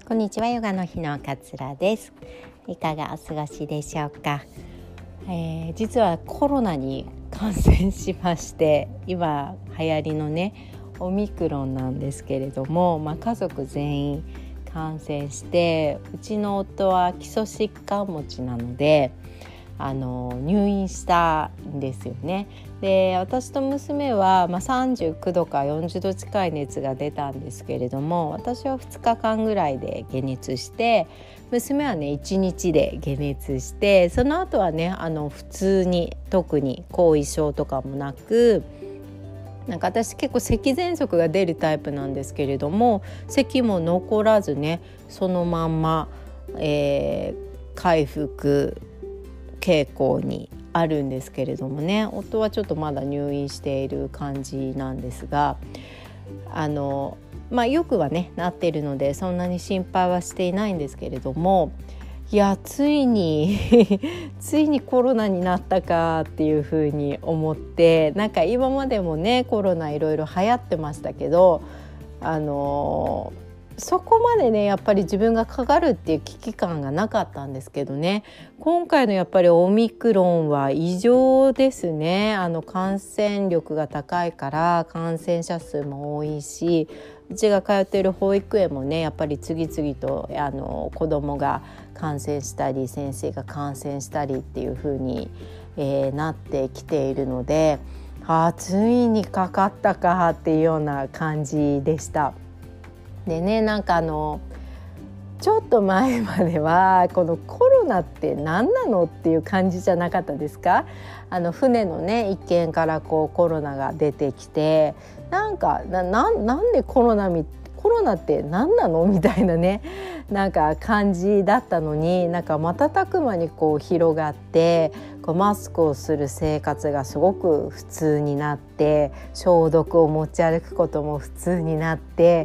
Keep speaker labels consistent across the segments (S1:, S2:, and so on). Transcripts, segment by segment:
S1: こんにちは、ヨガの日の桂です。いかがお過ごしでしょうか。実はコロナに感染しまして、今流行りのねオミクロンなんですけれども、家族全員感染して、うちの夫は基礎疾患持ちなので入院したんですよね。で、私と娘は、39度か40度近い熱が出たんですけれども、私は2日間ぐらいで解熱して、娘はね1日で解熱して、その後はね普通に特に後遺症とかもなく、私結構咳喘息が出るタイプなんですけれども、咳も残らずねそのまんま、回復傾向にあるんですけれどもね、夫はちょっとまだ入院している感じなんですが、よくはねなっているのでそんなに心配はしていないんですけれども、いやついについにコロナになったかっていうふうに思って、今までもねコロナいろいろ流行ってましたけど、そこまでねやっぱり自分がかかるっていう危機感がなかったんですけどね、今回のやっぱりオミクロンは異常ですね。感染力が高いから感染者数も多いし、うちが通っている保育園もねやっぱり次々と子どもが感染したり先生が感染したりっていう風に、なってきているので、ついにかかったかっていうような感じでした。でね、ちょっと前まではこのコロナって何なのっていう感じじゃなかったですか。船のね一件からコロナが出てきて、なんでコロナって何なのみたいなね感じだったのに、瞬く間に広がって、マスクをする生活がすごく普通になって、消毒を持ち歩くことも普通になって、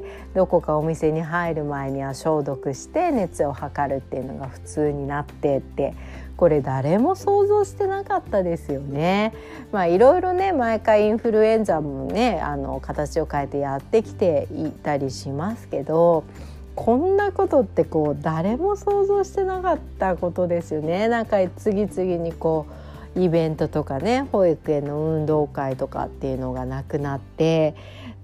S1: どこかお店に入る前には消毒して熱を測るっていうのが普通になってって、これ誰も想像してなかったですよね。いろいろね毎回インフルエンザもね形を変えてやってきていたりしますけど、こんなことって誰も想像してなかったことですよね。次々にイベントとかね保育園の運動会とかっていうのがなくなって、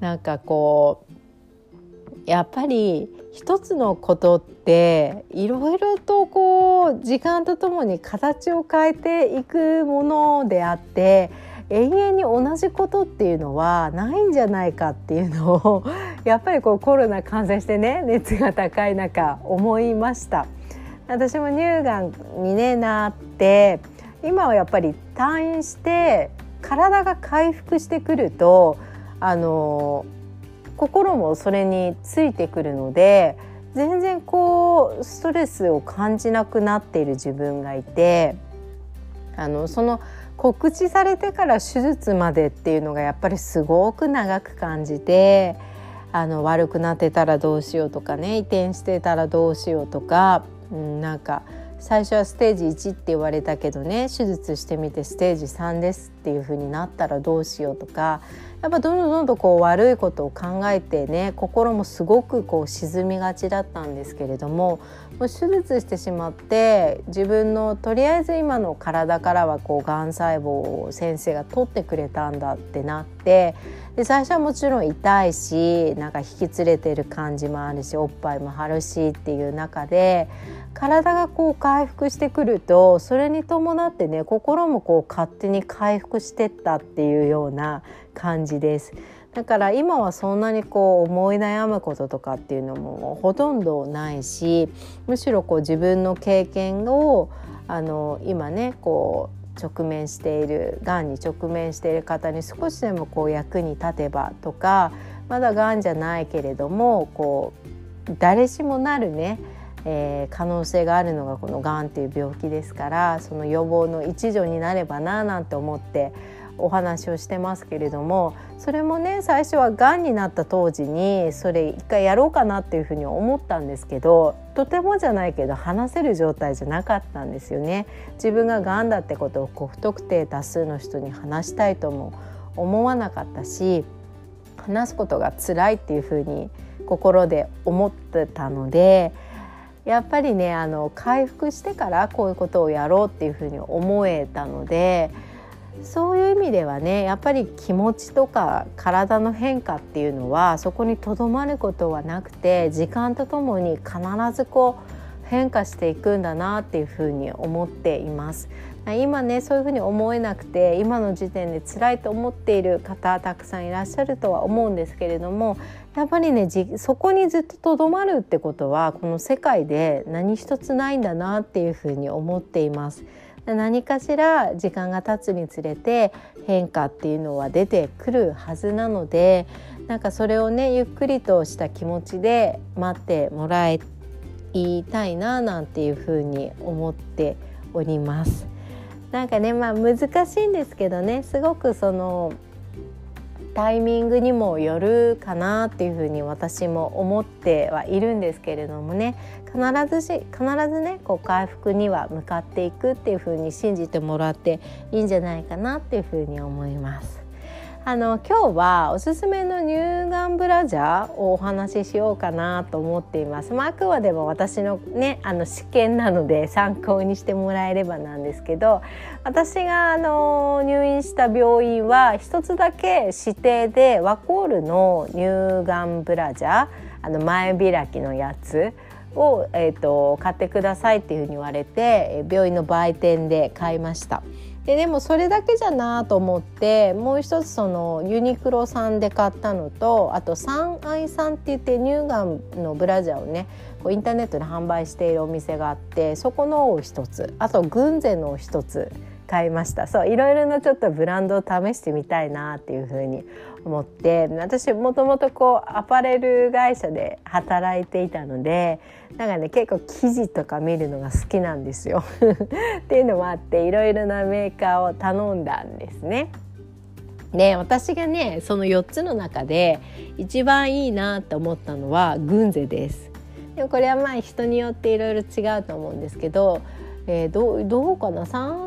S1: やっぱり一つのことっていろいろと時間とともに形を変えていくものであって、永遠に同じことっていうのはないんじゃないかっていうのをやっぱりコロナ感染してね熱が高い中思いました。私も乳がんに、なって今はやっぱり退院して体が回復してくると心もそれについてくるので、全然ストレスを感じなくなっている自分がいて、その告知されてから手術までっていうのがやっぱりすごく長く感じて、悪くなってたらどうしようとかね、移転してたらどうしようとか、最初はステージ1って言われたけどね、手術してみてステージ3ですっていう風になったらどうしようとか、やっぱどんどん悪いことを考えてね、心もすごく沈みがちだったんですけれども、もう手術してしまって自分のとりあえず今の体からはがん細胞を先生が取ってくれたんだってなって、で最初はもちろん痛いし引きつれてる感じもあるし、おっぱいも張るしっていう中で体が回復してくると、それに伴ってね心も勝手に回復してったっていうような感じです。だから今はそんなに思い悩むこととかっていうのもほとんどないし、むしろ自分の経験を今ね直面しているがんに直面している方に少しでも役に立てばとか、まだがんじゃないけれども誰しもなるね可能性があるのがこのがんっていう病気ですから、その予防の一助になればななんて思ってお話をしてますけれども、それもね最初はがんになった当時にそれ一回やろうかなっていうふうに思ったんですけど、とてもじゃないけど話せる状態じゃなかったんですよね。自分ががんだってことを不特定多数の人に話したいとも思わなかったし、話すことが辛いっていうふうに心で思ってたので、 やっぱりね回復してからこういうことをやろうっていうふうに思えたので、そういう意味ではねやっぱり気持ちとか体の変化っていうのはそこにとどまることはなくて、時間とともに必ずこう変化していくんだなっていうふうに思っています。今ねそういうふうに思えなくて今の時点で辛いと思っている方たくさんいらっしゃるとは思うんですけれども、やっぱりねそこにずっととどまるってことはこの世界で何一つないんだなっていうふうに思っています。何かしら時間が経つにつれて変化っていうのは出てくるはずなので、なんかそれをねゆっくりとした気持ちで待ってもらいたいななんていうふうに思っております。なんかね難しいんですけどね、すごくそのタイミングにもよるかなっていうふうに私も思ってはいるんですけれどもね、必ずねこう回復には向かっていくっていうふうに信じてもらっていいんじゃないかなっていうふうに思います。今日はおすすめの乳がんブラジャーをお話ししようかなと思っています。あくまでも私のね試験なので参考にしてもらえればなんですけど、私が入院した病院は一つだけ指定でワコールの乳がんブラジャー、前開きのやつを、買ってくださいっていうふうに言われて病院の売店で買いました。でもそれだけじゃなと思ってもう一つそのユニクロさんで買ったのと、あと三愛さんって言って乳がんのブラジャーをねこうインターネットで販売しているお店があって、そこのを一つ、あとグンゼのを一つ買いました。そういろいろなちょっとブランドを試してみたいなっていうふうに思って、私もともとこうアパレル会社で働いていたので、なんかね結構生地とか見るのが好きなんですよっていうのもあっていろいろなメーカーを頼んだんですね。で私がねその4つの中で一番いいなと思ったのはグンゼです。でもこれは人によっていろいろ違うと思うんですけど、どうかな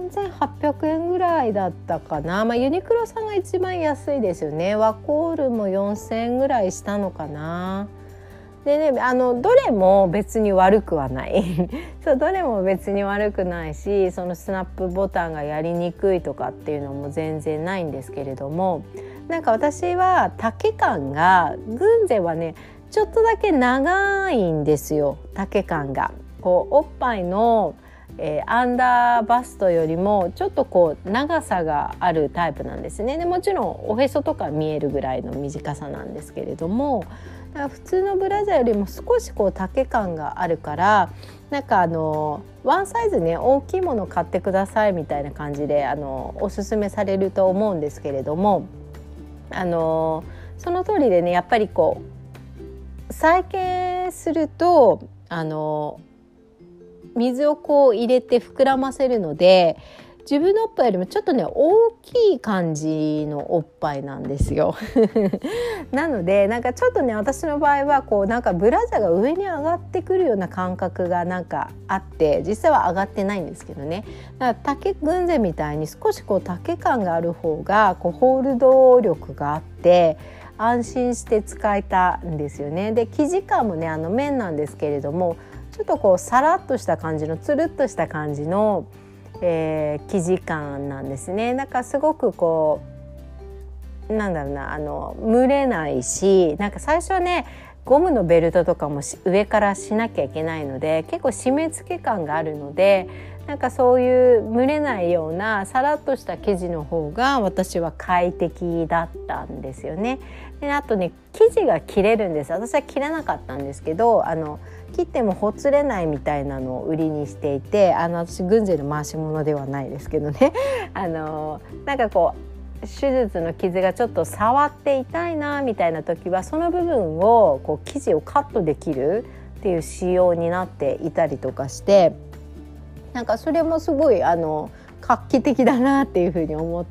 S1: 3800円ぐらいだったかな。ユニクロさんが一番安いですよね。ワコールも4000円ぐらいしたのかな。でねどれも別に悪くはないそうどれも別に悪くないし、そのスナップボタンがやりにくいとかっていうのも全然ないんですけれども、なんか私は丈感がグンゼはねちょっとだけ長いんですよ。丈感がこうおっぱいのアンダーバストよりもちょっとこう長さがあるタイプなんですね。でもちろんおへそとか見えるぐらいの短さなんですけれども、だから普通のブラジャーよりも少しこう丈感があるから、なんかワンサイズね大きいもの買ってくださいみたいな感じでおすすめされると思うんですけれども、その通りでねやっぱりこう再建すると水をこう入れて膨らませるので、自分のおっぱいよりもちょっとね大きい感じのおっぱいなんですよなのでなんかちょっとね私の場合はこうなんかブラジャーが上に上がってくるような感覚がなんかあって、実際は上がってないんですけどね。だから丈グンゼみたいに少しこう丈感がある方がこうホールド力があって安心して使えたんですよね。で生地感もね綿なんですけれどもちょっとこうサラッとした感じのつるっとした感じの生地感なんですね。なんかすごくこうなんだろうな蒸れないし、なんか最初はねゴムのベルトとかも上からしなきゃいけないので結構締め付け感があるので、なんかそういう蒸れないようなさらっとした生地の方が私は快適だったんですよね。であとね生地が切れるんです。私は切れなかったんですけど切ってもほつれないみたいなのを売りにしていて、私グンゼの回し物ではないですけどねなんかこう手術の傷がちょっと触って痛いなみたいな時はその部分をこう生地をカットできるっていう仕様になっていたりとかして、なんかそれもすごい画期的だなっていうふうに思って、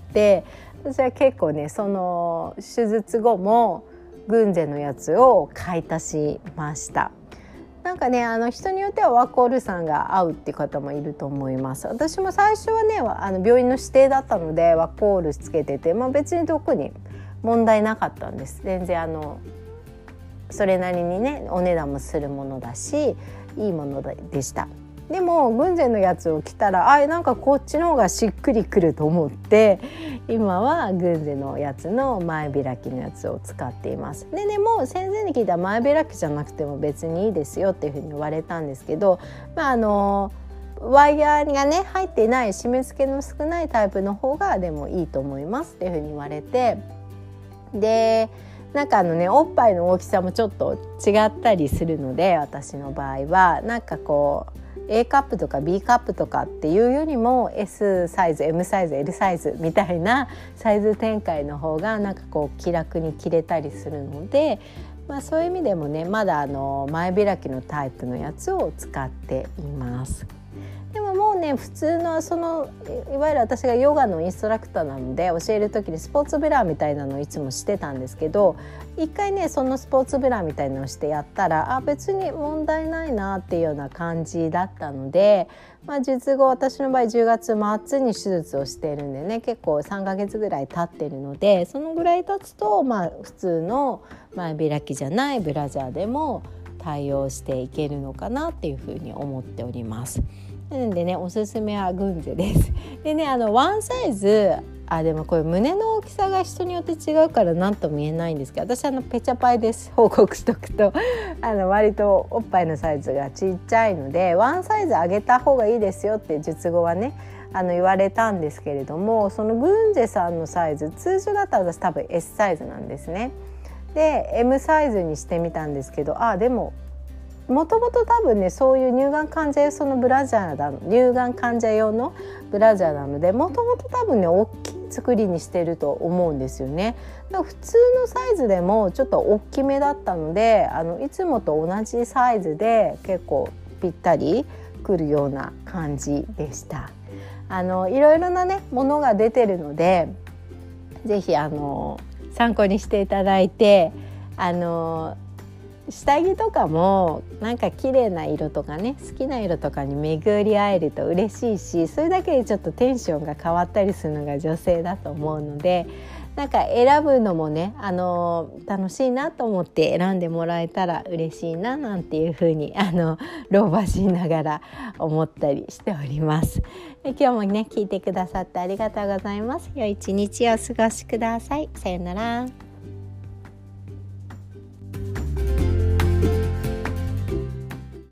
S1: 私は結構ねその手術後もグンゼのやつを買い足しました。なんかね人によってはワコールさんが合うっていう方もいると思います。私も最初はね病院の指定だったのでワコールつけてて、別に特に問題なかったんです。全然それなりにねお値段もするものだしいいものでした。でもグンゼのやつを着たらなんかこっちの方がしっくりくると思って今はグンゼのやつの前開きのやつを使っています。でも先生に聞いたら前開きじゃなくても別にいいですよっていうふうに言われたんですけど、ワイヤーがね入っていない締め付けの少ないタイプの方がでもいいと思いますっていうふうに言われて、でなんかおっぱいの大きさもちょっと違ったりするので、私の場合はなんかこうA カップとか B カップとかっていうよりも S サイズ M サイズ L サイズみたいなサイズ展開の方がなんかこう気楽に着れたりするので、そういう意味でもねまだ前開きのタイプのやつを使っています。でももうね普通のいわゆる私がヨガのインストラクターなので教える時にスポーツブラみたいなのをいつもしてたんですけど、一回ねそのスポーツブラみたいなのをしてやったら別に問題ないなっていうような感じだったので、術後私の場合10月末に手術をしているんでね結構3ヶ月ぐらい経ってるので、そのぐらい経つと普通の前開きじゃないブラジャーでも対応していけるのかなっていうふうに思っております。なのでねおすすめはグンゼです。でねワンサイズでもこれ胸の大きさが人によって違うから何とも言えないんですけど、私ペチャパイです報告しとくと割とおっぱいのサイズがちっちゃいのでワンサイズ上げた方がいいですよって術後はね言われたんですけれども、そのグンゼさんのサイズ通常だったら私多分 S サイズなんですね。で M サイズにしてみたんですけどでももともと多分ねそういう乳がん患者用のブラジャー乳がん患者用のブラジャーなのでもともと多分ね大きい作りにしてると思うんですよね。だから普通のサイズでもちょっと大きめだったのでいつもと同じサイズで結構ぴったりくるような感じでした。いろいろなねものが出てるのでぜひ参考にしていただいて下着とかもなんか綺麗な色とかね好きな色とかに巡り合えると嬉しいし、それだけでちょっとテンションが変わったりするのが女性だと思うので、なんか選ぶのもね楽しいなと思って選んでもらえたら嬉しいななんていうふうに老婆しながら思ったりしております。で今日もね聞いてくださってありがとうございます。良い一日をお過ごしください。さよなら。